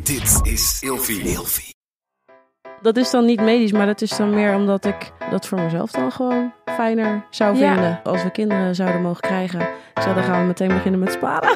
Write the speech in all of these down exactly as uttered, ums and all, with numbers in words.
Dit is Ilfie. Ilfie. Dat is dan niet medisch, maar dat is dan meer omdat ik dat voor mezelf dan gewoon fijner zou vinden. Ja. Als we kinderen zouden mogen krijgen, ik zou dan gaan we meteen beginnen met sparen.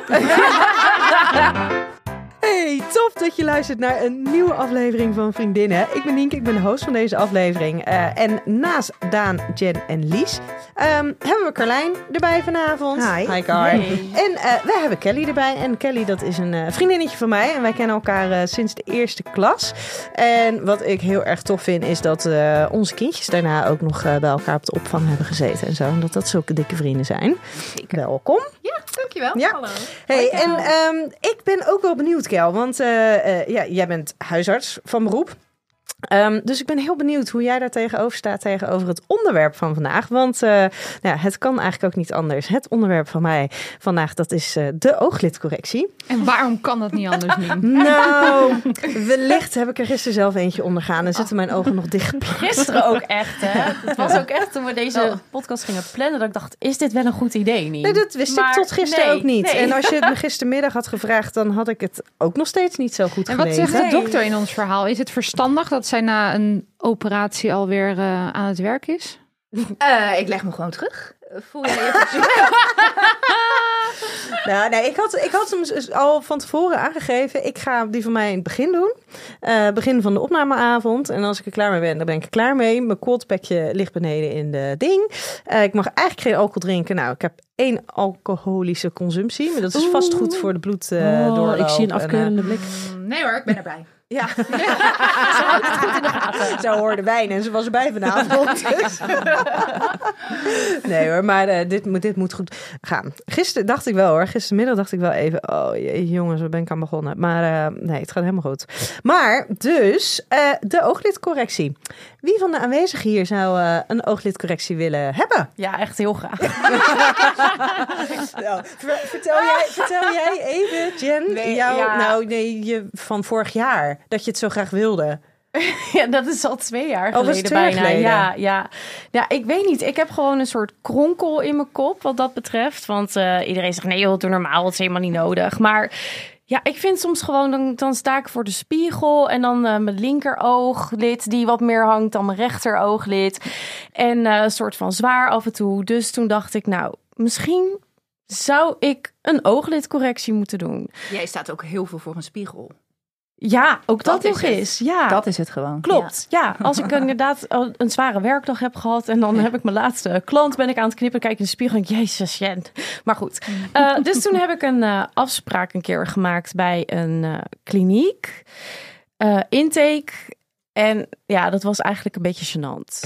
Hey, tof dat je luistert naar een nieuwe aflevering van Vriendinnen. Ik ben Nienke, ik ben de host van deze aflevering. Uh, en naast Daan, Jen en Lies um, hebben we Carlijn erbij vanavond. Hi. Hi Car. Hey. En uh, wij hebben Kelly erbij. En Kelly, dat is een uh, vriendinnetje van mij. En wij kennen elkaar uh, sinds de eerste klas. En wat ik heel erg tof vind, is dat uh, onze kindjes daarna ook nog uh, bij elkaar op de opvang hebben gezeten. En zo. En dat dat zulke dikke vrienden zijn. Zeker. Welkom. Ja, dankjewel. Ja. Hallo. Hey, Hoi, en um, ik ben ook wel benieuwd, Kel. Want uh, uh, ja, jij bent huisarts van beroep. Um, dus ik ben heel benieuwd hoe jij daar tegenover staat tegenover het onderwerp van vandaag. Want uh, nou ja, het kan eigenlijk ook niet anders. Het onderwerp van mij vandaag, dat is uh, de ooglidcorrectie. En waarom kan dat niet anders nu? Nou, wellicht heb ik er gisteren zelf eentje ondergaan en zitten mijn ogen nog dicht. Gisteren ook echt, hè? Het was ook echt toen we deze podcast gingen plannen dat ik dacht, is dit wel een goed idee niet? Nee, dat wist maar ik tot gisteren nee, ook niet. Nee. En als je het me gistermiddag had gevraagd, dan had ik het ook nog steeds niet zo goed En gelezen. wat zegt de Nee. dokter in ons verhaal? Is het verstandig dat zij na een operatie alweer uh, aan het werk is? Uh, ik leg me gewoon terug. Voel je je Nou, nee, ik had, ik had hem al van tevoren aangegeven. Ik ga die van mij in het begin doen. Uh, begin van de opnameavond. En als ik er klaar mee ben, dan ben ik er klaar mee. Mijn kooltspekje ligt beneden in de ding. Uh, ik mag eigenlijk geen alcohol drinken. Nou, ik heb één alcoholische consumptie. Maar dat is vast goed voor de bloed uh, oh, doorloop. Ik zie een afkeurende en, uh, blik. Nee hoor, ik ben erbij. Ja, ze houdt het goed in de gaten. Zo hoorde wijn en ze was erbij vanavond. Dus. Nee hoor, maar uh, dit, moet, dit moet goed gaan. Gisteren dacht ik wel hoor, gistermiddag dacht ik wel even, oh jee, jongens, waar ben ik aan begonnen? Maar uh, nee, het gaat helemaal goed. Maar dus, uh, de ooglidcorrectie. Wie van de aanwezigen hier zou uh, een ooglidcorrectie willen hebben? Ja, echt heel graag. Nou, vertel, jij, vertel jij even, Jen, Nee, jou, ja. nou nee, je, van vorig jaar, dat je het zo graag wilde. Ja, dat is al twee jaar Oh, was geleden het twee jaar bijna. geleden? Ja, ja. ja, ik weet niet. Ik heb gewoon een soort kronkel in mijn kop wat dat betreft. Want uh, iedereen zegt, nee joh, doe normaal, het is helemaal niet nodig. Maar ja, ik vind soms gewoon, dan, dan sta ik voor de spiegel en dan uh, mijn linkerooglid die wat meer hangt dan mijn rechteroglid. En uh, een soort van zwaar af en toe. Dus toen dacht ik, nou, misschien zou ik een ooglidcorrectie moeten doen. Jij staat ook heel veel voor een spiegel. Ja, ook dat, Dat is nog het. eens. Ja. Dat is het gewoon. Klopt, ja. ja. Als ik inderdaad een zware werkdag heb gehad en dan heb ik mijn laatste klant, ben ik aan het knippen, kijk in de spiegel en denk, jezus, Jen. Maar goed. Uh, dus toen heb ik een uh, afspraak een keer gemaakt bij een uh, kliniek. Uh, intake. En ja, dat was eigenlijk een beetje gênant.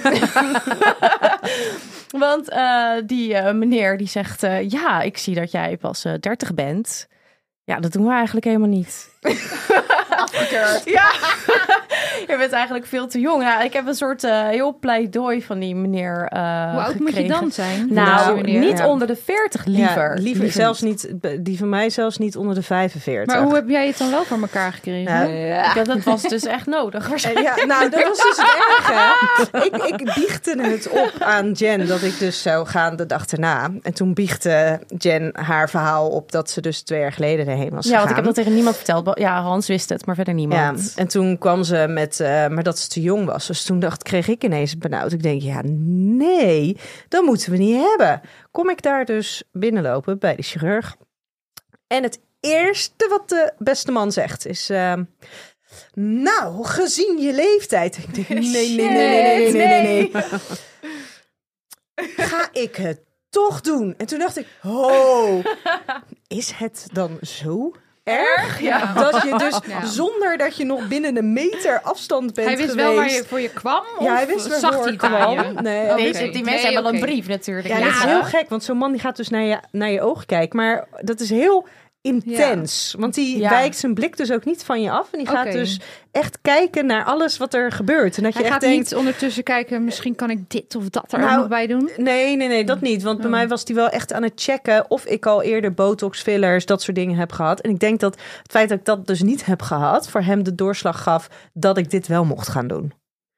Want uh, die uh, meneer die zegt, uh, ja, ik zie dat jij pas uh, dertig bent. Ja, dat doen we eigenlijk helemaal niet. Afgekeurd. Ja, je bent eigenlijk veel te jong. Ja, ik heb een soort uh, heel pleidooi van die meneer uh, Hoe oud gekregen. moet je dan zijn? Nou, meneer? niet Ja. onder de veertig, liever. Ja, liever, liever zelfs niet. Die van mij zelfs niet onder de vijfenveertig. Maar hoe heb jij het dan wel voor elkaar gekregen? Nou, Ja. Dat, dat was dus echt nodig. En Waarschijnlijk. ja, nou, dat was dus het erge. Ik, ik biechtte het op aan Jen dat ik dus zou gaan de dag erna. En toen biechtte Jen haar verhaal op dat ze dus twee jaar geleden erheen was Ja, gegaan. want ik heb dat tegen niemand verteld. Ja, Hans wist het, maar verder Ja, niemand. en toen kwam ze met, uh, maar dat ze te jong was. Dus toen dacht, kreeg ik ineens benauwd. Ik denk, ja, nee, dat moeten we niet hebben. Kom ik daar dus binnenlopen bij de chirurg. En het eerste wat de beste man zegt is, uh, nou, gezien je leeftijd. Ik denk, nee, nee, nee, nee, nee, nee, nee, nee. Ga ik het toch doen? En toen dacht ik, oh, is het dan zo erg? Ja. Dat je dus Ja. zonder dat je nog binnen een meter afstand bent Hij wist geweest. wel waar je voor je kwam? Ja, hij of wist zag waarvoor hij ik het aan kwam. je? Nee, Oh, Deze, oké. die mensen Nee, hebben wel oké. een brief natuurlijk. Ja, dat is heel gek, want zo'n man die gaat dus naar je, naar je ogen kijken. Maar dat is heel intens. Want die Ja. wijkt zijn blik dus ook niet van je af. En die gaat Oké. dus echt kijken naar alles wat er gebeurt. En dat je Hij echt gaat denkt, niet ondertussen kijken, misschien kan ik dit of dat er Nou, ook nog bij doen. nee, nee, nee, dat niet. Want bij Oh. mij was hij wel echt aan het checken of ik al eerder botox, fillers, dat soort dingen heb gehad. En ik denk dat het feit dat ik dat dus niet heb gehad, voor hem de doorslag gaf dat ik dit wel mocht gaan doen.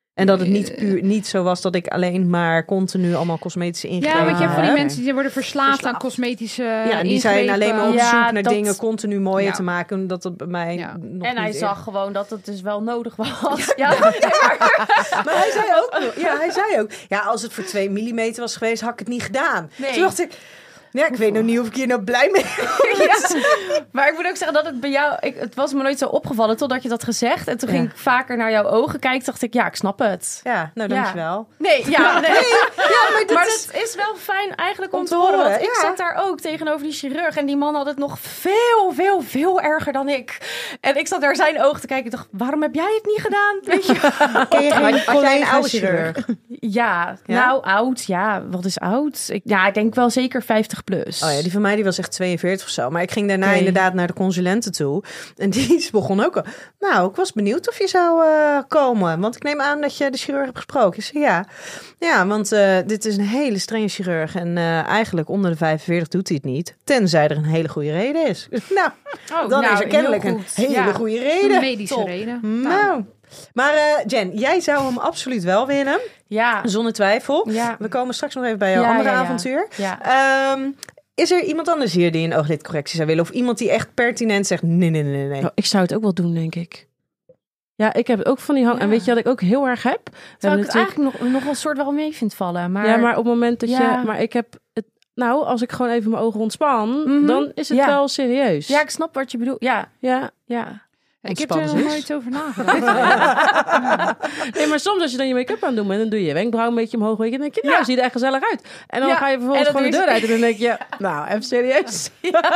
En dat het niet puur niet zo was dat ik alleen maar continu allemaal cosmetische ingrepen Ja, want je hebt van die heb. mensen die worden verslaafd, Verslaafd. aan cosmetische Ja, en die zijn alleen maar op Ja, zoek naar dat- dingen continu mooier Ja. te maken. Dat het bij mij Ja. nog En hij niet zag gewoon dat het dus wel nodig was. Ja, Maar hij zei ook, ja, hij zei ook, ja, als het voor twee millimeter was geweest, had ik het niet gedaan. Nee. Toen dacht ik, ja, ik weet nog niet of ik hier nou blij mee ben. Ja. Maar ik moet ook zeggen dat het bij jou... Ik, het was me nooit zo opgevallen totdat je dat gezegd. En toen Ja. ging ik vaker naar jouw ogen kijken. dacht ik, ja, ik snap het. Ja, nou Ja. dankjewel. Nee, ja, nee. Ja, maar dit Maar is... het is wel fijn eigenlijk om, Om te te horen. horen, Want ik ja. zat daar ook tegenover die chirurg. En die man had het nog veel, veel, veel erger dan ik. En ik zat naar zijn ogen te kijken. Ik dacht, waarom heb jij het niet gedaan? Weet je? Ken je geen Had jij een collega oude chirurg? chirurg? Ja, Ja? nou oud. Ja, wat is oud? Ik, ja, ik denk wel zeker vijftig plus. Oh ja, die van mij die was echt tweeënveertig of zo. Maar ik ging daarna Oké. inderdaad naar de consulenten toe. En die begon ook al. Nou, ik was benieuwd of je zou eh, komen. Want ik neem aan dat je de chirurg hebt gesproken. Ik zei ja. Ja, want eh, dit is een hele strenge chirurg. En eh, eigenlijk onder de vijfenveertig doet hij het niet. Tenzij er een hele goede reden is. Nou, Oh, dan nou, is er kennelijk heel een goed. hele Ja. goede Een reden. medische top. reden. Nou. Maar eh, Jen, jij zou hem absoluut wel winnen. Ja. Zonder twijfel. Ja. We komen straks nog even bij jouw Ja, andere ja, ja. avontuur. Ja. Ehm, is er iemand anders hier die een ooglidcorrectie zou willen? Of iemand die echt pertinent zegt, nee, nee, nee, nee. Oh, ik zou het ook wel doen, denk ik. Ja, ik heb het ook van die hand. Ja. En weet je wat ik ook heel erg heb? We Zou hebben ik het natuurlijk- eigenlijk nog, nog een soort wel mee vind vallen. Maar... Ja, maar op het moment dat Ja. je... Maar ik heb het... Nou, als ik gewoon even mijn ogen ontspan, Mhm. dan is het Ja. wel serieus. Ja, ik snap wat je bedoelt. Ja, ja. ja. Ik heb er Ontspannen nog zus. nooit over nagedacht. Nee, maar soms als je dan je make-up aan het doen bent, dan doe je je wenkbrauw een beetje omhoog. Weet je, dan denk je, nou, Ja. ziet er echt gezellig uit. En dan Ja. ga je vervolgens En dan gewoon de doe deur je- uit en dan denk je, nou, even serieus.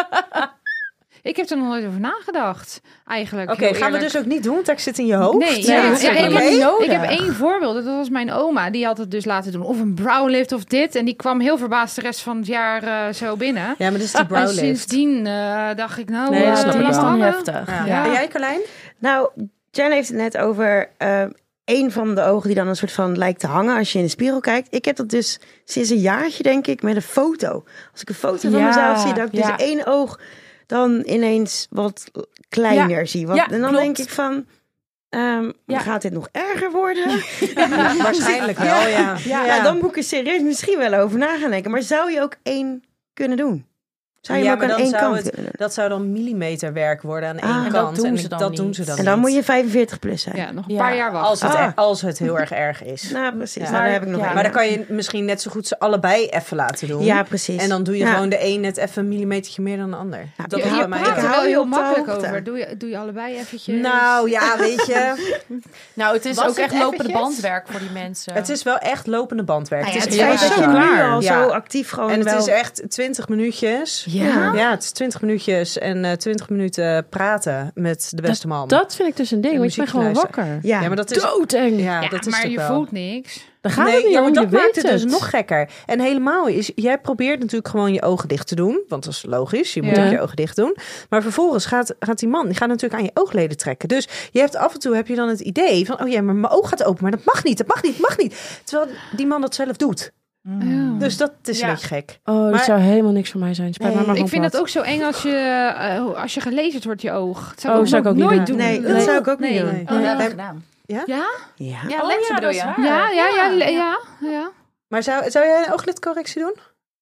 Ik heb er nog nooit over nagedacht, eigenlijk. Oké, heel gaan we eerlijk. dus ook niet doen, want ik zit in je hoofd. Nee, Ja, ja, dat is ja, ook ik, wel heb, mee. nodig. ik heb één voorbeeld. Dat was mijn oma. Die had het dus laten doen. Of een browlift of dit. En die kwam heel verbaasd de rest van het jaar eh, zo binnen. Ja, maar dit is die En browlift. sindsdien eh, dacht ik, nou, Nee, eh, dat snap te ik lang wel. hangen. heftig. Ja. Ja. En jij, Carlijn? Nou, Jen heeft het net over eh een van de ogen die dan een soort van lijkt te hangen als je in de spiegel kijkt. Ik heb dat dus sinds een jaartje, denk ik, met een foto. Als ik een foto van Ja, mezelf zie, dat ik ja. dus één oog dan ineens wat kleiner zie. Want, Ja, en dan klopt. denk ik van, ehm, Ja. gaat dit nog erger worden? Ja, waarschijnlijk wel, ja. Ja, nou, dan moet ik er serieus misschien wel over na gaan denken. Maar zou je ook één kunnen doen? Zou je Ja, hem ook maar aan dan één zou kant het- kunnen doen? Dat zou dan millimeterwerk worden aan Ah. één En dat kant. doen en ze dan dat niet. doen ze dan En dan niet. moet je vijfenveertig plus zijn. Ja, nog een Ja, paar jaar wachten. Als het, Ah. e- als het heel erg erg is. Nou, precies. Ja. Nou, daar heb ik nog Ja. één. Maar dan kan je misschien net zo goed ze allebei even laten doen. Ja, precies. En dan doe je Ja. gewoon de een net even een millimeter meer dan de ander. Nou, dat je is je bij mij praat ook. er hou wel je heel op de makkelijk hoogte. over. Doe je, doe je allebei eventjes? Nou ja, weet je. Nou, het is Was ook het echt lopende eventjes? bandwerk voor die mensen. Het is wel echt lopende bandwerk. Nou ja, het het is feit echt dat zo je nu klaar. al Ja. zo actief gewoon En het wel... is echt twintig minuutjes. Ja? Ja, het is twintig minuutjes en eh, twintig minuten praten met de beste man. Dat vind ik dus een ding, En want je bent gewoon muziek wakker. Ja, ja, maar dat is... Doodeng. Ja, Ja, dat is maar toch je wel. voelt niks. Daar gaat Nee, het niet ja, om, maar je dat maakt weet het dus het. nog gekker. En helemaal is, jij probeert natuurlijk gewoon je ogen dicht te doen. Want dat is logisch, je moet Ja. ook je ogen dicht doen. Maar vervolgens gaat, gaat die man, die gaat natuurlijk aan je oogleden trekken. Dus je hebt af en toe heb je dan het idee van, oh ja, maar mijn oog gaat open. Maar dat mag niet, dat mag niet, dat mag niet. Terwijl die man dat zelf doet. Ja. Dus dat is Ja. een beetje gek. Oh, dat Maar- zou helemaal niks voor mij zijn. Spijt Nee. me maar Ik vind gewoon het ook zo eng als je, eh, als je gelezerd wordt, je oog. Dat zou Oh, ik zou ik ook niet nooit doen. doen. Nee, dat Nee. zou ik ook niet Nee. doen. Nee. Ja, Oh, dat heb Nee. ik gedaan. Ja? ja. Ja, Oh, lenzen ja, bedoel dat is je? waar. Ja, ja, ja, ja, ja, ja. Maar zou, zou jij een ooglidcorrectie doen?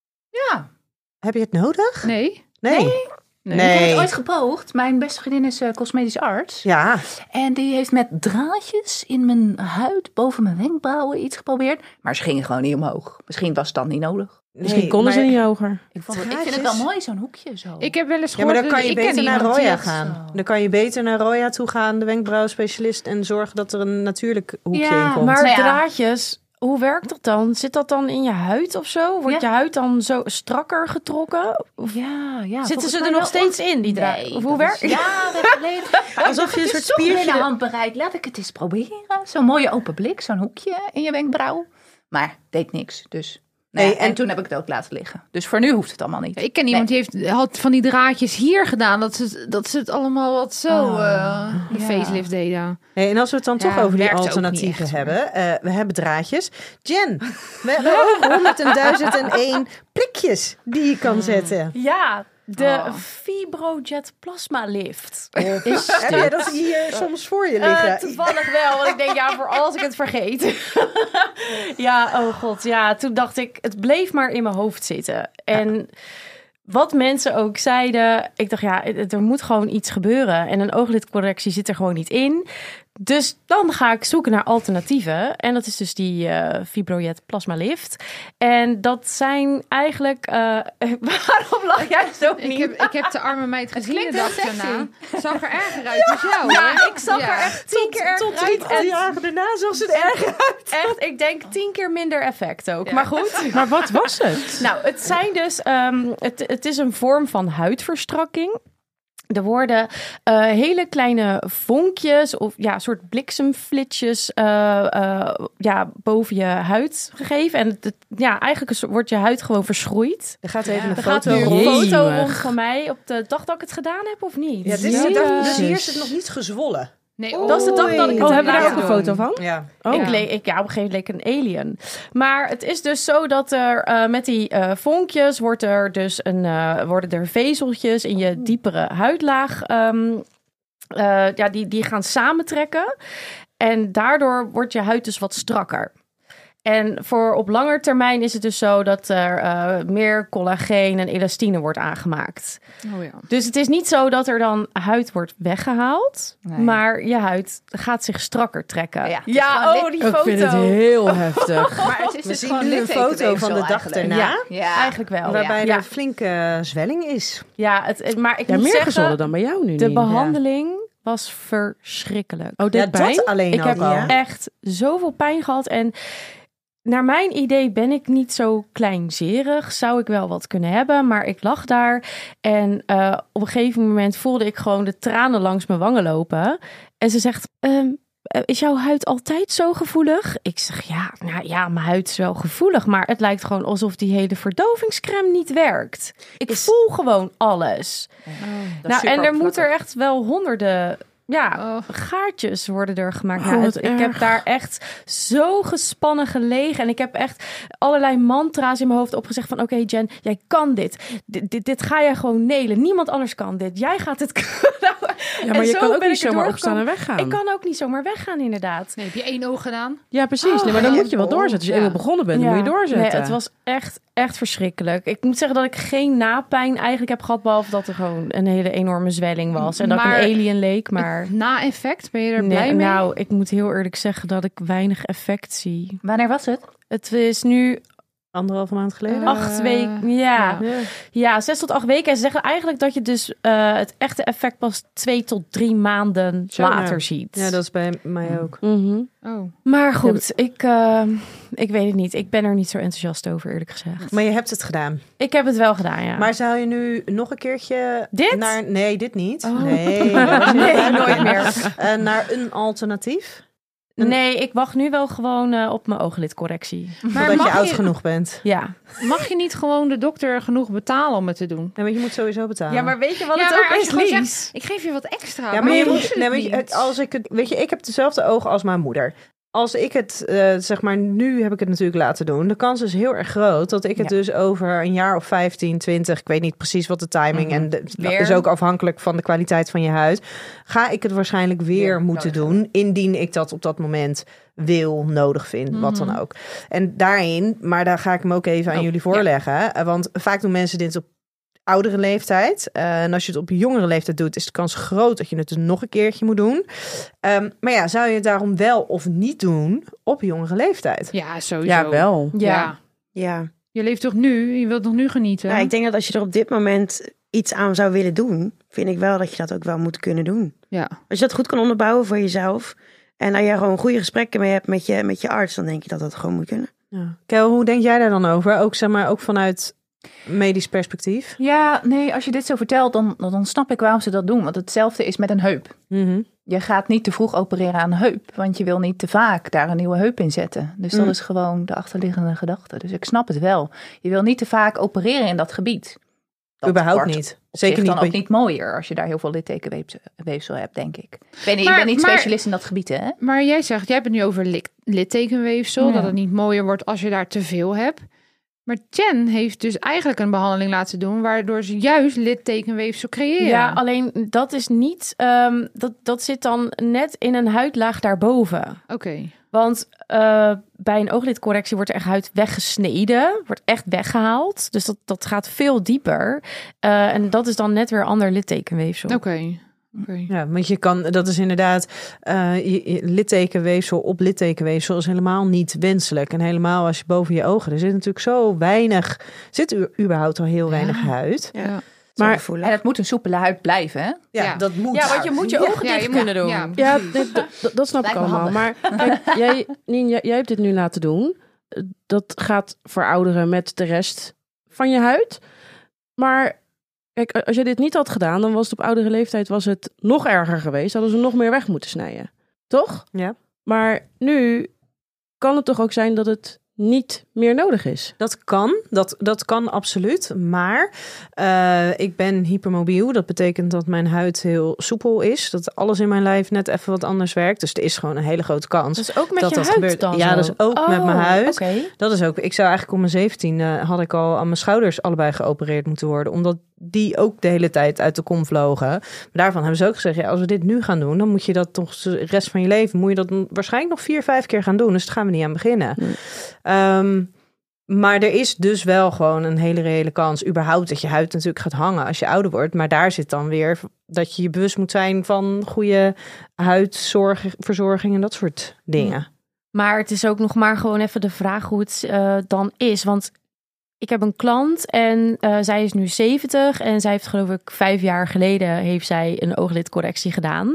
Ja. Heb je het nodig? Nee. Nee. Nee. Nee. Ik heb het ooit gepoogd. Mijn beste vriendin is eh, cosmetisch arts. Ja. En die heeft met draadjes in mijn huid boven mijn wenkbrauwen iets geprobeerd. Maar ze gingen gewoon niet omhoog. Misschien was het dan niet nodig. Misschien Nee, konden ze maar- niet hoger. Ik, vond het, ik Draadjes? vind het wel mooi, zo'n hoekje zo. Ik heb wel eens Ja, maar gehoord... dan kan je ik ken beter naar iemand die Roya het- gaan. zo. Dan kan je beter naar Roya toe gaan, de wenkbrauwspecialist, en zorgen dat er een natuurlijk hoekje in Ja, komt. maar Nou ja. draadjes, hoe werkt dat dan? Zit dat dan in je huid of zo? Wordt Ja. je huid dan zo strakker getrokken? Of Ja, ja. zitten volgens ze mij er nog wel. steeds in, die draad? Nee, Of hoe dat is werkt jaren geleden. Maar Alsof ik dacht, je een het soort is toch spiertje- binnen handbereik. Laat ik het eens proberen. Zo'n mooie open blik, zo'n hoekje in je wenkbrauw. Maar deed niks, dus... Nee, Nee, en, en- toen heb ik het ook laten liggen. Dus voor nu hoeft het allemaal niet. Ik ken iemand die heeft had van die draadjes hier gedaan. Dat ze, het- dat ze het allemaal wat zo Oh, eh de ja. facelift deden. Hey, en als we het dan Ja, toch over die werkt ook alternatieven niet echt, hebben. eh, we hebben draadjes. Jen, we hebben ook honderdduizend en één prikjes die je kan zetten. Ja, De Oh. Fibrojet Plasma Lift. Is Heb jij dat hier soms voor je liggen? Uh, toevallig wel, want ik denk, ja, voor als ik het vergeet. Ja, oh god, ja. Toen dacht ik, het bleef maar in mijn hoofd zitten. En ja. Wat mensen ook zeiden, ik dacht, ja, er moet gewoon iets gebeuren. En een ooglidcorrectie zit er gewoon niet in. Dus dan ga ik zoeken naar alternatieven. En dat is dus die uh, Fibrojet Plasma Lift. En dat zijn eigenlijk... Uh, waarom lach jij zo niet? Ik heb, ik heb de arme meid gezien de dag daarna. Zag er erger uit ja. als jou. Ja, hè? ik zag ja. er echt tien keer erger tot uit. Tot drie jaren daarna zag ze er erger uit. Echt, ik denk tien keer minder effect ook. Ja. Maar goed. Maar wat was het? Nou, het zijn dus... Um, het, het is een vorm van huidverstrakking. Er worden uh, hele kleine vonkjes of ja, soort bliksemflitsjes uh, uh, ja, boven je huid gegeven. En het, ja, eigenlijk wordt je huid gewoon verschroeid. Er gaat even Ja, een er foto gaat nu rond. een foto Jemig. rond van mij op de dag dat ik het gedaan heb, of niet? Ja, dit is de Jezus. dag, dus hier is het nog niet gezwollen. Nee, Dat is de dag dat ik het Oh, heb hebben we daar ook laten een doen. foto van? Ja. Oh. Ik, leek, ik, ja, op een gegeven moment leek een alien. Maar het is dus zo dat er uh, met die uh, vonkjes wordt er dus een, uh, worden er vezeltjes in je diepere huidlaag. Um, uh, ja, die, die gaan samentrekken. En daardoor wordt je huid dus wat strakker. En voor op langer termijn is het dus zo dat er uh, meer collageen en elastine wordt aangemaakt. Oh ja. Dus het is niet zo dat er dan huid wordt weggehaald, Nee. maar je huid gaat zich strakker trekken. Ja, het is ja gewoon oh, lit- die Ik foto. vind het heel heftig. Maar het is We dus zien gewoon nu een foto littekenweefsel van de dag eigenlijk. daarna. Ja, Ja. eigenlijk wel. Waarbij ja. er een flinke zwelling is. Ja, het, maar ik Ja, moet meer zeggen, gezollen dan bij jou nu de niet. behandeling was verschrikkelijk. Oh, dit Ja, pijn? dat alleen Ik ook heb al. Ja. echt zoveel pijn gehad en naar mijn idee ben ik niet zo kleinzerig. Zou ik wel wat kunnen hebben, maar ik lag daar. En uh, op een gegeven moment voelde ik gewoon de tranen langs mijn wangen lopen. En ze zegt, um, is jouw huid altijd zo gevoelig? Ik zeg, ja, nou ja, mijn huid is wel gevoelig. Maar het lijkt gewoon alsof die hele verdovingscrème niet werkt. Ik Is- voel gewoon alles. Dat is Nou, super en er moet oppervlakkig. er echt wel honderden... Ja, Oh. gaatjes worden er gemaakt. Oh, Nou, wat het- ik heb erg. daar echt zo gespannen gelegen. En ik heb echt allerlei mantra's in mijn hoofd opgezegd van... Oké, okay, Jen, jij kan dit. Dit, dit. dit ga jij gewoon nailen. Niemand anders kan dit. Jij gaat het kunnen. Ja, maar En je zo kan ook ben niet ik er zomaar opstaan en doorgekomen. weggaan. Ik kan ook niet zomaar weggaan, inderdaad. Nee, heb je één oog gedaan? Ja, precies. Nee, maar dan moet je wel doorzetten. Als je Ja. eenmaal begonnen bent, dan moet je doorzetten. Nee, het was echt, echt verschrikkelijk. Ik moet zeggen dat ik geen napijn eigenlijk heb gehad... behalve dat er gewoon een hele enorme zwelling was. En dat Maar- ik een alien leek, maar... Na-effect, ben je er Nee, blij mee? nou, ik moet heel eerlijk zeggen dat ik weinig effect zie. Wanneer was het? Het is nu Anderhalve maand geleden. Uh, acht weken. Ja. ja. Ja. ja, zes tot acht weken. En ze zeggen eigenlijk dat je dus uh, het echte effect pas twee tot drie maanden Zo, later ja. ziet. Ja, dat is bij mij ook. Mhm. Oh. Maar goed, ik, uh, ik weet het niet. Ik ben er niet zo enthousiast over, eerlijk gezegd. Maar je hebt het gedaan. Ik heb het wel gedaan, ja. Maar zou je nu nog een keertje... Dit? Naar, nee, dit niet. Oh. Nee, dat was Nee, niet- nooit meer. Uh, naar een alternatief. Nee, ik wacht nu wel gewoon uh, op mijn ooglidcorrectie. Maar Totdat je mag oud je, genoeg bent. Ja. mag je niet gewoon de dokter genoeg betalen om het te doen? Nee, want je moet sowieso betalen. Ja, maar weet je wat Ja, het maar ook als is, je gewoon Lies? zegt, ik geef je wat extra. Ja, maar je waarom moet, doe nee, het weet je, niet? het- als ik het, weet je, ik heb dezelfde ogen als mijn moeder. Als ik het, uh, zeg maar, nu heb ik het natuurlijk laten doen. De kans is heel erg groot dat ik het Ja. dus over een jaar of vijftien, twintig, ik weet niet precies wat de timing Mhm. en de, dat Weer. is ook afhankelijk van de kwaliteit van je huid. Ga ik het waarschijnlijk weer Weer moeten nodig doen, indien ik dat op dat moment wil, nodig vind, wat dan ook. En daarin, maar daar ga ik hem ook even aan Oh, jullie voorleggen, uh, want vaak doen mensen dit op oudere leeftijd. Uh, en als je het op jongere leeftijd doet, is de kans groot dat je het dus nog een keertje moet doen. Um, maar ja, zou je het daarom wel of niet doen op jongere leeftijd? Ja, sowieso. Ja, wel. Ja. Ja. Ja. Je leeft toch nu? Je wilt toch nu genieten? Nou, ik denk dat als je er op dit moment iets aan zou willen doen, vind ik wel dat je dat ook wel moet kunnen doen. Ja. Als je dat goed kan onderbouwen voor jezelf en daar je gewoon goede gesprekken mee hebt met je, met je arts, dan denk je dat dat gewoon moet kunnen. Ja. Kel, hoe denk jij daar dan over? Ook, zeg maar, ook vanuit medisch perspectief? Ja, nee, als je dit zo vertelt, dan, dan snap ik waarom ze dat doen. Want hetzelfde is met een heup. Mm-hmm. Je gaat niet te vroeg opereren aan een heup, want je wil niet te vaak daar een nieuwe heup in zetten. Dus dat Mm. is gewoon de achterliggende gedachte. Dus ik snap het wel. Je wil niet te vaak opereren in dat gebied. Dat Überhaupt wordt niet. op Zeker zich niet. dan ook bij- niet mooier als je daar heel veel littekenweefsel hebt, denk ik. Ik weet niet, Maar- ik ben niet maar- specialist in dat gebied, hè? Maar jij zegt, jij hebt het nu over lik- littekenweefsel. Ja. Dat het niet mooier wordt als je daar te veel hebt. Maar Jen heeft dus eigenlijk een behandeling laten doen... waardoor ze juist littekenweefsel creëren. Ja, alleen dat is niet... Um, dat, dat zit dan net in een huidlaag daarboven. Oké. Okay. Want uh, bij een ooglidcorrectie wordt er echt huid weggesneden. Wordt echt weggehaald. Dus dat, dat gaat veel dieper. Uh, en dat is dan net weer ander littekenweefsel. Oké. Okay. Okay. Ja, want je kan, dat is inderdaad, uh, je, je, littekenweefsel op littekenweefsel is helemaal niet wenselijk. En helemaal als je boven je ogen, er zit natuurlijk zo weinig, zit u, überhaupt al heel weinig ja. huid. Ja. Ja. Maar en het moet een soepele huid blijven, hè? Ja, ja. dat moet. Ja, want je moet je ogen ja, dicht ja, kunnen doen. Ja, ja dat, dat, dat snap ik allemaal. Maar kijk, jij, Nien, jij, jij hebt dit nu laten doen. Dat gaat verouderen met de rest van je huid. Maar kijk, als je dit niet had gedaan, dan was het op oudere leeftijd was het nog erger geweest. Hadden ze nog meer weg moeten snijden. Toch? Ja. Maar nu kan het toch ook zijn dat het niet meer nodig is. Dat kan, dat, dat kan absoluut. Maar uh, ik ben hypermobiel. Dat betekent dat mijn huid heel soepel is. Dat alles in mijn lijf net even wat anders werkt. Dus er is gewoon een hele grote kans. Dus ook met dat je dat huid gebeurt. dan Ja, zo? dat is ook oh, met mijn huid. Okay. Dat is ook. Ik zou eigenlijk om mijn zeventien uh, had ik al aan mijn schouders allebei geopereerd moeten worden. Omdat die ook de hele tijd uit de kom vlogen. Maar daarvan hebben ze ook gezegd, ja, als we dit nu gaan doen, dan moet je dat toch de rest van je leven, moet je dat waarschijnlijk nog vier, vijf keer gaan doen. Dus daar gaan we niet aan beginnen. Nee. Um, maar er is dus wel gewoon een hele reële kans, überhaupt, dat je huid natuurlijk gaat hangen als je ouder wordt. Maar daar zit dan weer dat je je bewust moet zijn van goede huidzorg, verzorging en dat soort dingen. Maar het is ook nog maar gewoon even de vraag hoe het uh, dan is. Want ik heb een klant en uh, zij is nu zeventig en zij heeft geloof ik vijf jaar geleden heeft zij een ooglidcorrectie gedaan.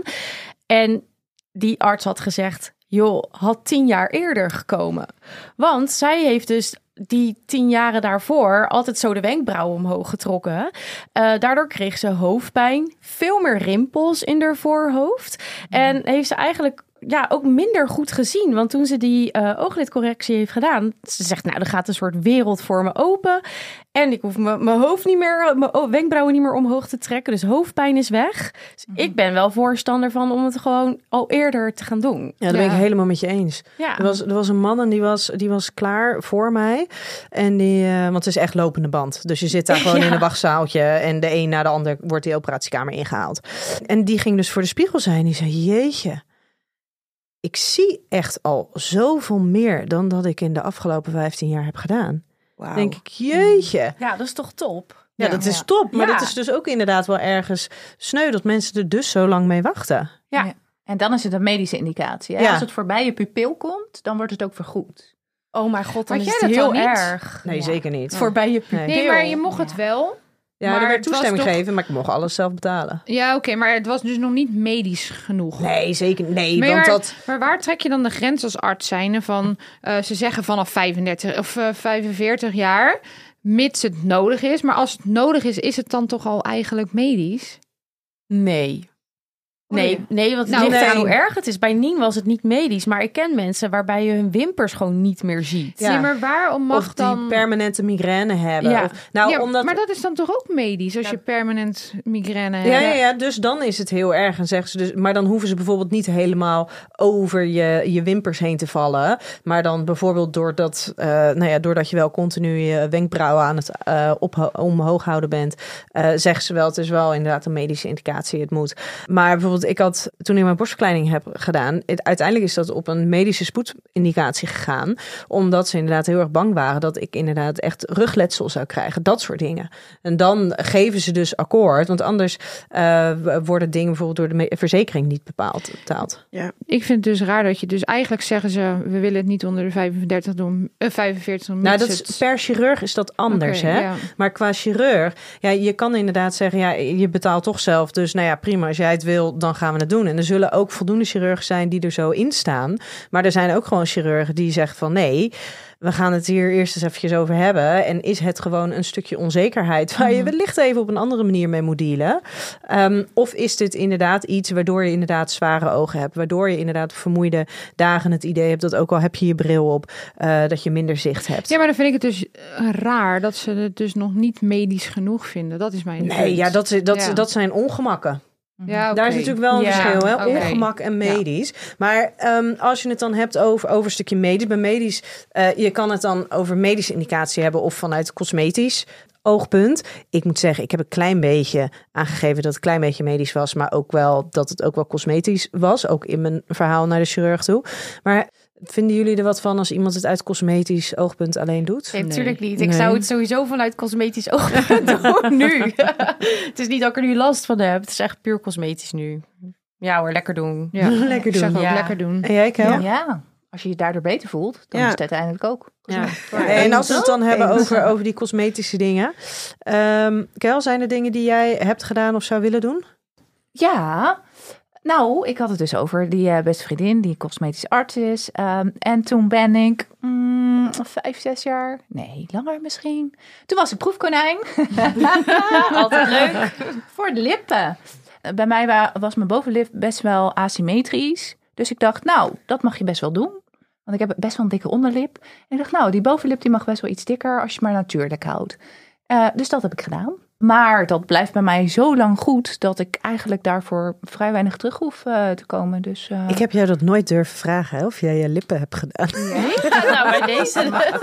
En die arts had gezegd, joh, had tien jaar eerder gekomen. Want zij heeft dus die tien jaren daarvoor altijd zo de wenkbrauwen omhoog getrokken. Uh, daardoor kreeg ze hoofdpijn, veel meer rimpels in haar voorhoofd. Mm. En heeft ze eigenlijk ja, ook minder goed gezien. Want toen ze die uh, ooglidcorrectie heeft gedaan, ze zegt, nou, er gaat een soort wereld voor me open. En ik hoef mijn hoofd niet meer, mijn wenkbrauwen niet meer omhoog te trekken. Dus hoofdpijn is weg. Dus mm-hmm. ik ben wel voorstander van om het gewoon al eerder te gaan doen. Ja, dat ja. ben ik helemaal met je eens. Ja. Er, was, er was een man en die was, die was klaar voor mij. En die, uh, want het is echt lopende band. Dus je zit daar gewoon ja. in een wachtzaaltje en de een na de ander wordt die operatiekamer ingehaald. En die ging dus voor de spiegel zijn. Die zei, jeetje, ik zie echt al zoveel meer dan dat ik in de afgelopen vijftien jaar heb gedaan. Wow. Denk ik, jeetje. Ja, dat is toch top? Ja, ja dat is top. Maar ja. dat is dus ook inderdaad wel ergens sneu dat mensen er dus zo lang mee wachten. Ja, ja. En dan is het een medische indicatie. Hè? Ja. Als het voorbij je pupil komt, dan wordt het ook vergoed. Oh mijn god, dan Had is jij het dat heel dan niet? erg. Nee, ja. zeker niet. Ja. Voorbij je pupil. Nee, maar je mocht het wel. Ja, maar er werd toestemming toch gegeven, maar ik mocht alles zelf betalen. Ja, oké, okay, maar het was dus nog niet medisch genoeg. Nee, zeker nee. Maar, want maar, dat... maar waar trek je dan de grens als arts zijnde van, uh, ze zeggen vanaf vijfendertig of uh, vijfenveertig jaar, mits het nodig is. Maar als het nodig is, is het dan toch al eigenlijk medisch? Nee. Nee, nee, want het nou, ligt nee. aan hoe erg het is. Bij Nien was het niet medisch, maar ik ken mensen waarbij je hun wimpers gewoon niet meer ziet. Ja. Nee, maar waarom mag of dan... die permanente migraine hebben. Ja. Of, nou, ja, omdat... maar dat is dan toch ook medisch, als ja. je permanent migraine hebt? Ja, ja, ja, dus dan is het heel erg. En zeggen ze dus, maar dan hoeven ze bijvoorbeeld niet helemaal over je, je wimpers heen te vallen. Maar dan bijvoorbeeld doordat, uh, nou ja, doordat je wel continu je wenkbrauwen aan het uh, op, omhoog houden bent, uh, zeggen ze wel, het is wel inderdaad een medische indicatie, het moet. Maar bijvoorbeeld, ik had, toen ik mijn borstverkleining heb gedaan, het, uiteindelijk is dat op een medische spoedindicatie gegaan, omdat ze inderdaad heel erg bang waren dat ik inderdaad echt rugletsel zou krijgen, dat soort dingen. En dan geven ze dus akkoord, want anders uh, worden dingen bijvoorbeeld door de me- verzekering niet bepaald betaald. Ja. Ik vind het dus raar dat je dus eigenlijk zeggen ze, we willen het niet onder de vijfendertig doen, uh, vijfenveertig doen. Nou, dat is, per chirurg is dat anders, okay, hè? Ja. Maar qua chirurg, ja, je kan inderdaad zeggen, ja, je betaalt toch zelf, dus nou ja, prima, als jij het wil, dan gaan we het doen. En er zullen ook voldoende chirurgen zijn die er zo in staan. Maar er zijn ook gewoon chirurgen die zeggen van nee, we gaan het hier eerst eens eventjes over hebben. En is het gewoon een stukje onzekerheid waar je wellicht even op een andere manier mee moet dealen? Um, of is dit inderdaad iets waardoor je inderdaad zware ogen hebt? Waardoor je inderdaad vermoeide dagen het idee hebt dat ook al heb je je bril op, uh, dat je minder zicht hebt. Ja, maar dan vind ik het dus raar dat ze het dus nog niet medisch genoeg vinden. Dat is mijn Nee, punt. ja, dat, dat, ja. dat zijn ongemakken. Ja, okay. Daar is natuurlijk wel een Ja, verschil, hè? oké. Ongemak en medisch. Ja. Maar um, als je het dan hebt over, over een stukje medisch, bij medisch, uh, je kan het dan over medische indicatie hebben of vanuit cosmetisch oogpunt. Ik moet zeggen, ik heb een klein beetje aangegeven dat het een klein beetje medisch was, maar ook wel dat het ook wel cosmetisch was, ook in mijn verhaal naar de chirurg toe. Maar vinden jullie er wat van als iemand het uit cosmetisch oogpunt alleen doet? Nee, natuurlijk niet. Nee. Ik zou het sowieso vanuit cosmetisch oogpunt doen nu. Het is niet dat ik er nu last van heb. Het is echt puur cosmetisch nu. Ja hoor, lekker doen. Ja. Lekker Ik zeg doen. ook Ja. lekker doen. En jij, Kel? Ja. ja, als je je daardoor beter voelt, dan Ja. is het uiteindelijk ook. Ja. En als we het dan hebben over, over die cosmetische dingen. Um, Kel, zijn er dingen die jij hebt gedaan of zou willen doen? Ja, nou, ik had het dus over die uh, beste vriendin die cosmetisch arts is. Um, en toen ben ik mm, vijf, zes jaar, nee, langer misschien. Toen was ik proefkonijn. Altijd leuk. Voor de lippen. Uh, Bij mij wa- was mijn bovenlip best wel asymmetrisch. Dus ik dacht, nou, dat mag je best wel doen. Want ik heb best wel een dikke onderlip. En ik dacht, nou, die bovenlip die mag best wel iets dikker als je het maar natuurlijk houdt. Uh, dus dat heb ik gedaan. Maar dat blijft bij mij zo lang goed dat ik eigenlijk daarvoor vrij weinig terug hoef uh, te komen. Dus, uh... Ik heb jou dat nooit durven vragen, hè, of jij je lippen hebt gedaan. Nee? Nou, bij deze.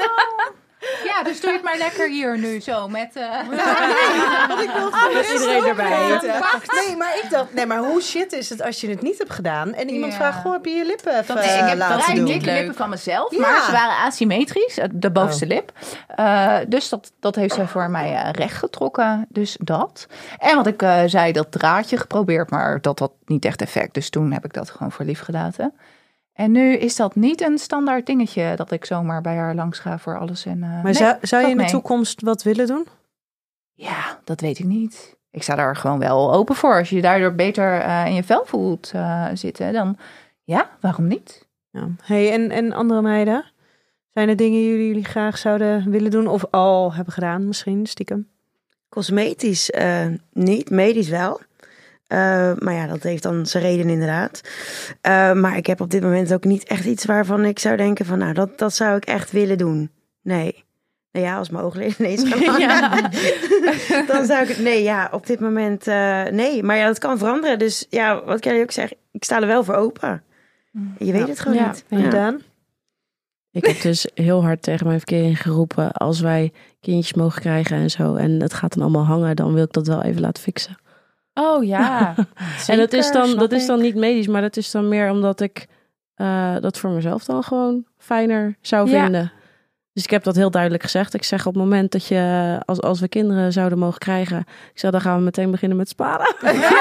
Ja, dus doe je het maar lekker hier nu zo met... Uh... Want ik wil gewoon Met iedereen erbij. Nee, maar ik dacht, nee, maar hoe shit is het als je het niet hebt gedaan en iemand Ja. vraagt, goh, heb je je lippen even Nee, ik heb laten vrij doen? dikke lippen van mezelf, Ja. maar ze waren asymmetrisch, de bovenste Oh. lip. Uh, dus dat, dat heeft zij voor mij uh, recht getrokken, dus dat. En wat ik uh, zei, dat draadje geprobeerd, maar dat had niet echt effect. Dus toen heb ik dat gewoon voor lief gelaten. En nu is dat niet een standaard dingetje dat ik zomaar bij haar langs ga voor alles. En, uh, Maar nee, zou, zou je in valt de mee. toekomst wat willen doen? Ja, dat weet ik niet. Ik sta daar gewoon wel open voor. Als je je daardoor beter uh, in je vel voelt uh, zitten, dan ja, waarom niet? Ja. Hey, en, en andere meiden? Zijn er dingen die jullie graag zouden willen doen of al hebben gedaan misschien, stiekem? Cosmetisch uh, niet, medisch wel. Uh, maar ja, dat heeft dan zijn reden inderdaad. Uh, maar ik heb op dit moment ook niet echt iets waarvan ik zou denken van, nou, dat, dat zou ik echt willen doen. Nee. Nou ja, als mijn oogleden ineens gaan Ja. dan zou ik het, nee, ja, op dit moment, uh, nee. Maar ja, dat kan veranderen. Dus ja, wat kan je ook zeggen? Ik sta er wel voor open. Je weet Ja. het gewoon Ja. niet. En Daan? Ik heb dus heel hard tegen mijn verkering geroepen, als wij kindjes mogen krijgen en zo, en het gaat dan allemaal hangen, dan wil ik dat wel even laten fixen. Oh ja. En dat is, dan, Zeker, dat is snap dan niet medisch, maar dat is dan meer omdat ik uh, dat voor mezelf dan gewoon fijner zou Ja. vinden. Dus ik heb dat heel duidelijk gezegd. Ik zeg op het moment dat je, als, als we kinderen zouden mogen krijgen, ik zeg, dan gaan we meteen beginnen met sparen.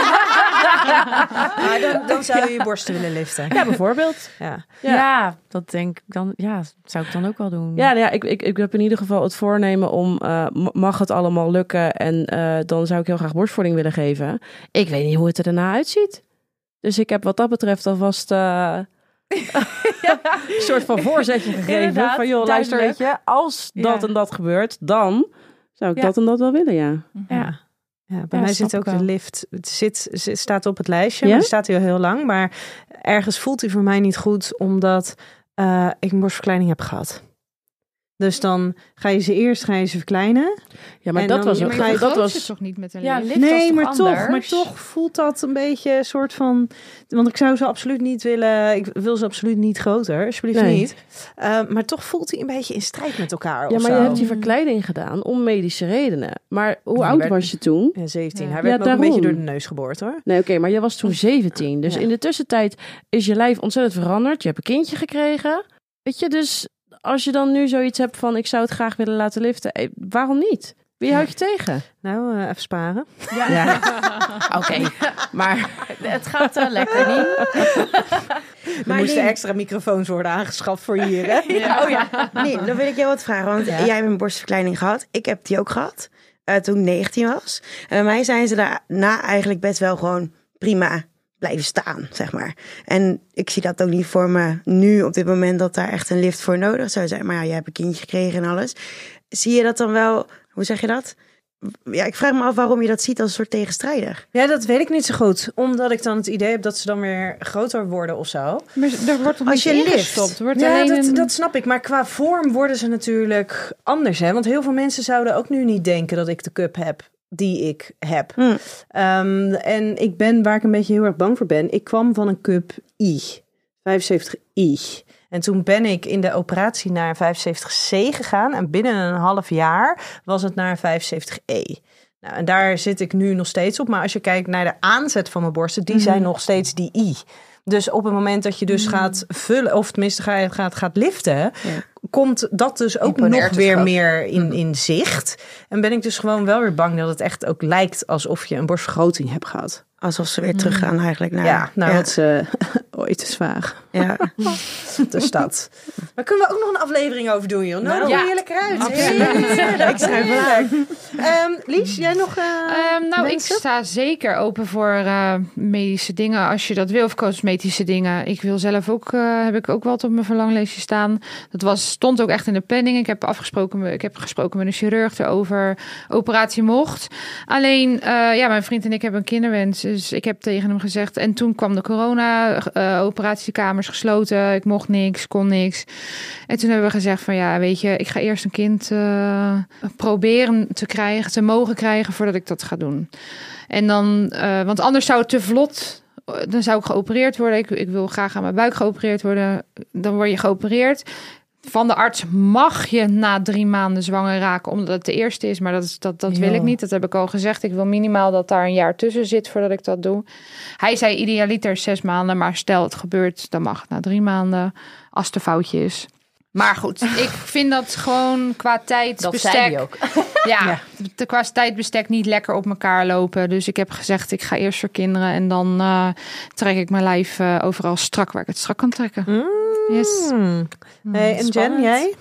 Ah, dan, dan zou je je borsten willen liften. Ja, bijvoorbeeld. Ja. Ja. Ja. dat denk ik dan. Ja, zou ik dan ook wel doen. Ja, nou ja ik, ik, ik heb in ieder geval het voornemen om, uh, mag het allemaal lukken en uh, dan zou ik heel graag borstvoeding willen geven. Ik weet niet hoe het er daarna uitziet. Dus ik heb wat dat betreft alvast uh, ja. een soort van voorzetje gegeven. Inderdaad, Van joh, luister, duidelijk. weet je, als dat Ja. en dat gebeurt, dan zou ik Ja. dat en dat wel willen, ja. Ja. Ja, bij Ja, mij snap zit ook ik de wel. lift. Het zit, zit, staat op het lijstje, Ja? maar die staat hier al heel lang. Maar ergens voelt hij voor mij niet goed, omdat uh, ik een borstverkleining heb gehad. Dus dan ga je ze eerst ga je ze verkleinen. Ja, maar En dat dan- was Ja, ook... maar Maar je je- dat vergroot was het toch niet met een Ja, lift? lift was Nee, toch maar toch, anders? maar toch voelt dat een beetje een soort van... Want ik zou ze absoluut niet willen... Ik wil ze absoluut niet groter, alsjeblieft Nee. niet. Uh, maar toch voelt hij een beetje in strijd met elkaar. Ja, of maar zo. je hebt die verkleiding gedaan om medische redenen. Maar hoe Die oud werd- was je toen? Ja, zeventien. Hij Ja, werd me ook een beetje door daarom. de neus geboord, hoor. Nee, oké, maar je was toen zeventien. Dus Ja. in de tussentijd is je lijf ontzettend veranderd. Je hebt een kindje gekregen. Weet je, dus als je dan nu zoiets hebt van, ik zou het graag willen laten liften. eh, Waarom niet? Wie houdt je tegen? Nou, uh, even sparen. Ja, oké. Maar Het gaat uh, lekker niet. Er moesten extra microfoons worden aangeschaft voor hier, hè? Oh ja. Nee, dan wil ik jou wat vragen. Want Ja. jij hebt een borstverkleining gehad. Ik heb die ook gehad. Uh, toen ik negentien was. En bij mij zijn ze daarna eigenlijk best wel gewoon prima blijven staan, zeg maar. En ik zie dat ook niet voor me nu op dit moment dat daar echt een lift voor nodig zou zijn. Maar ja, je hebt een kindje gekregen en alles. Zie je dat dan wel, hoe zeg je dat? Ja, ik vraag me af waarom je dat ziet als een soort tegenstrijdig. Ja, dat weet ik niet zo goed. Omdat ik dan het idee heb dat ze dan weer groter worden of zo. Maar er wordt toch Als niet je lift. ingestopt? Er wordt Ja, alleen dat, een... dat snap ik. Maar qua vorm worden ze natuurlijk anders, hè? Want heel veel mensen zouden ook nu niet denken dat ik de cup heb die ik heb. Hm. Um, en ik ben, waar ik een beetje heel erg bang voor ben, ik kwam van een cup I, vijfenzeventig I. En toen ben ik in de operatie naar een vijfenzeventig C gegaan. En binnen een half jaar was het naar een vijfenzeventig E. Nou, en daar zit ik nu nog steeds op. Maar als je kijkt naar de aanzet van mijn borsten, die zijn nog steeds die I. Dus op het moment dat je dus gaat vullen, of tenminste gaat, gaat, gaat liften, ja. komt dat dus ook nog weer groot. meer in, in zicht. En ben ik dus gewoon wel weer bang dat het echt ook lijkt alsof je een borstvergroting hebt gehad. Alsof ze weer teruggaan eigenlijk naar... Ja, naar ja. wat ze ooit is vaag. Ja. Dus dat. Maar kunnen we ook nog een aflevering over doen, joh? Nou, ja. heerlijk uit. Absoluut. Ik schrijf wel uit. Um, Lies, jij nog uh, um, Nou, wensen? ik sta zeker open voor uh, medische dingen als je dat wil. Of cosmetische dingen. Ik wil zelf ook, uh, heb ik ook wat op mijn verlanglijstje staan. Dat was, stond ook echt in de planning. Ik heb afgesproken, ik heb gesproken met een chirurg erover. Operatie mocht. Alleen, uh, ja, mijn vriend en ik hebben een kinderwens. Dus ik heb tegen hem gezegd. En toen kwam de corona, uh, operatiekamers gesloten. Ik mocht niks, kon niks. En toen hebben we gezegd van ja, weet je, ik ga eerst een kind uh, proberen te krijgen, te mogen krijgen voordat ik dat ga doen. En dan, uh, want anders zou het te vlot, dan zou ik geopereerd worden. Ik, ik wil graag aan mijn buik geopereerd worden. Dan word je geopereerd. Van de arts mag je na drie maanden zwanger raken, omdat het de eerste is. Maar dat, is, dat, dat wil ik niet. Dat heb ik al gezegd. Ik wil minimaal dat daar een jaar tussen zit voordat ik dat doe. Hij zei idealiter zes maanden. Maar stel het gebeurt, dan mag het na drie maanden. Als het een foutje is. Maar goed, ik vind dat gewoon qua tijdsbestek... Dat zei hij ook. Ja, ja. De, qua tijdbestek niet lekker op elkaar lopen. Dus ik heb gezegd, ik ga eerst voor kinderen. En dan uh, trek ik mijn lijf uh, overal strak waar ik het strak kan trekken. Mm. Yes. Hey, en Jen, jij?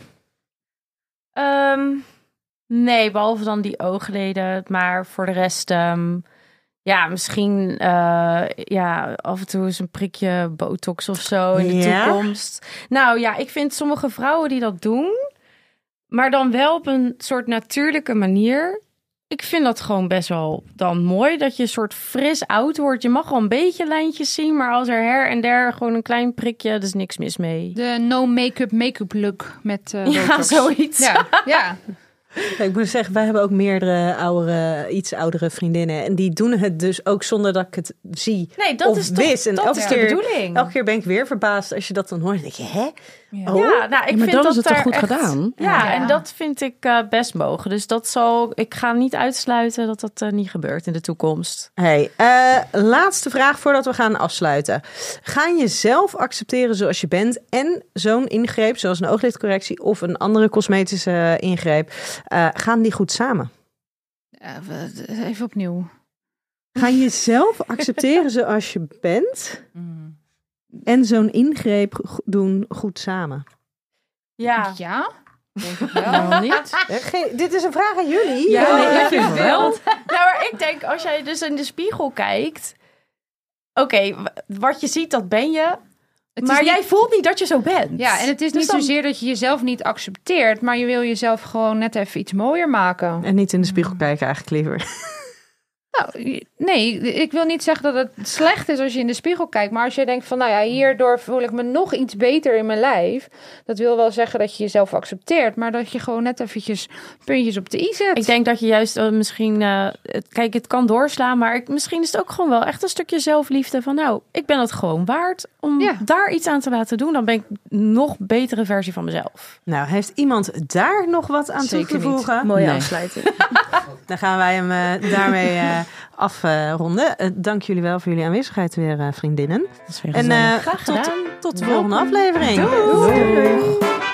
Um, nee, behalve dan die oogleden. Maar voor de rest... Um, ja, misschien uh, ja, af en toe eens een prikje botox of zo in de ja? toekomst. Nou ja, ik vind sommige vrouwen die dat doen, maar dan wel op een soort natuurlijke manier. Ik vind dat gewoon best wel dan mooi, dat je een soort fris oud wordt. Je mag wel een beetje lijntjes zien, maar als er her en der gewoon een klein prikje, er is niks mis mee. De no make-up make-up look met uh, ja, botox. zoiets. Ja, ja. Ja, ik moet zeggen, wij hebben ook meerdere oudere, iets oudere vriendinnen. En die doen het dus ook zonder dat ik het zie nee, dat of is toch, wist. En dat elke is keer, de bedoeling. Elke keer ben ik weer verbaasd als je dat dan hoort. Dan denk je, hè? Ja, oh? ja nou, ik ja, maar vind dan dat is het toch goed echt, gedaan? Ja, Ja. en dat vind ik uh, best mogen. Dus dat zal, ik ga niet uitsluiten dat dat uh, niet gebeurt in de toekomst. Hey, uh, laatste vraag voordat we gaan afsluiten. Ga je jezelf accepteren zoals je bent en zo'n ingreep, zoals een ooglidcorrectie of een andere cosmetische ingreep, uh, gaan die goed samen? Uh, even opnieuw. Ga je jezelf accepteren zoals je bent en zo'n ingreep doen goed samen? Ja. Ja? Denk ik wel. Nou, niet. Geen, dit is een vraag aan jullie. Ja, Ja, nee, ja. ik vind het wel. Nou, maar ik denk, als jij dus in de spiegel kijkt, oké, okay, wat je ziet, dat ben je. Het maar is jij niet... voelt niet dat je zo bent. Ja, en het is dus niet dan... zozeer dat je jezelf niet accepteert, maar je wil jezelf gewoon net even iets mooier maken. En niet in de spiegel kijken eigenlijk liever. Nou, nee, ik wil niet zeggen dat het slecht is als je in de spiegel kijkt. Maar als je denkt van, nou ja, hierdoor voel ik me nog iets beter in mijn lijf. Dat wil wel zeggen dat je jezelf accepteert. Maar dat je gewoon net eventjes puntjes op de i zet. Ik denk dat je juist uh, misschien... Uh, het, kijk, het kan doorslaan. Maar ik, misschien is het ook gewoon wel echt een stukje zelfliefde. Van nou, ik ben het gewoon waard om Ja. daar iets aan te laten doen. Dan ben ik een nog betere versie van mezelf. Nou, heeft iemand daar nog wat aan toe Zeker te voegen? Mooie Nee. afsluiting. Dan gaan wij hem uh, daarmee uh, afronden. Uh, dank jullie wel voor jullie aanwezigheid weer, uh, vriendinnen. Dat is weer En gezellig. uh, Graag tot, gedaan. tot de volgende aflevering. Doei. Doei.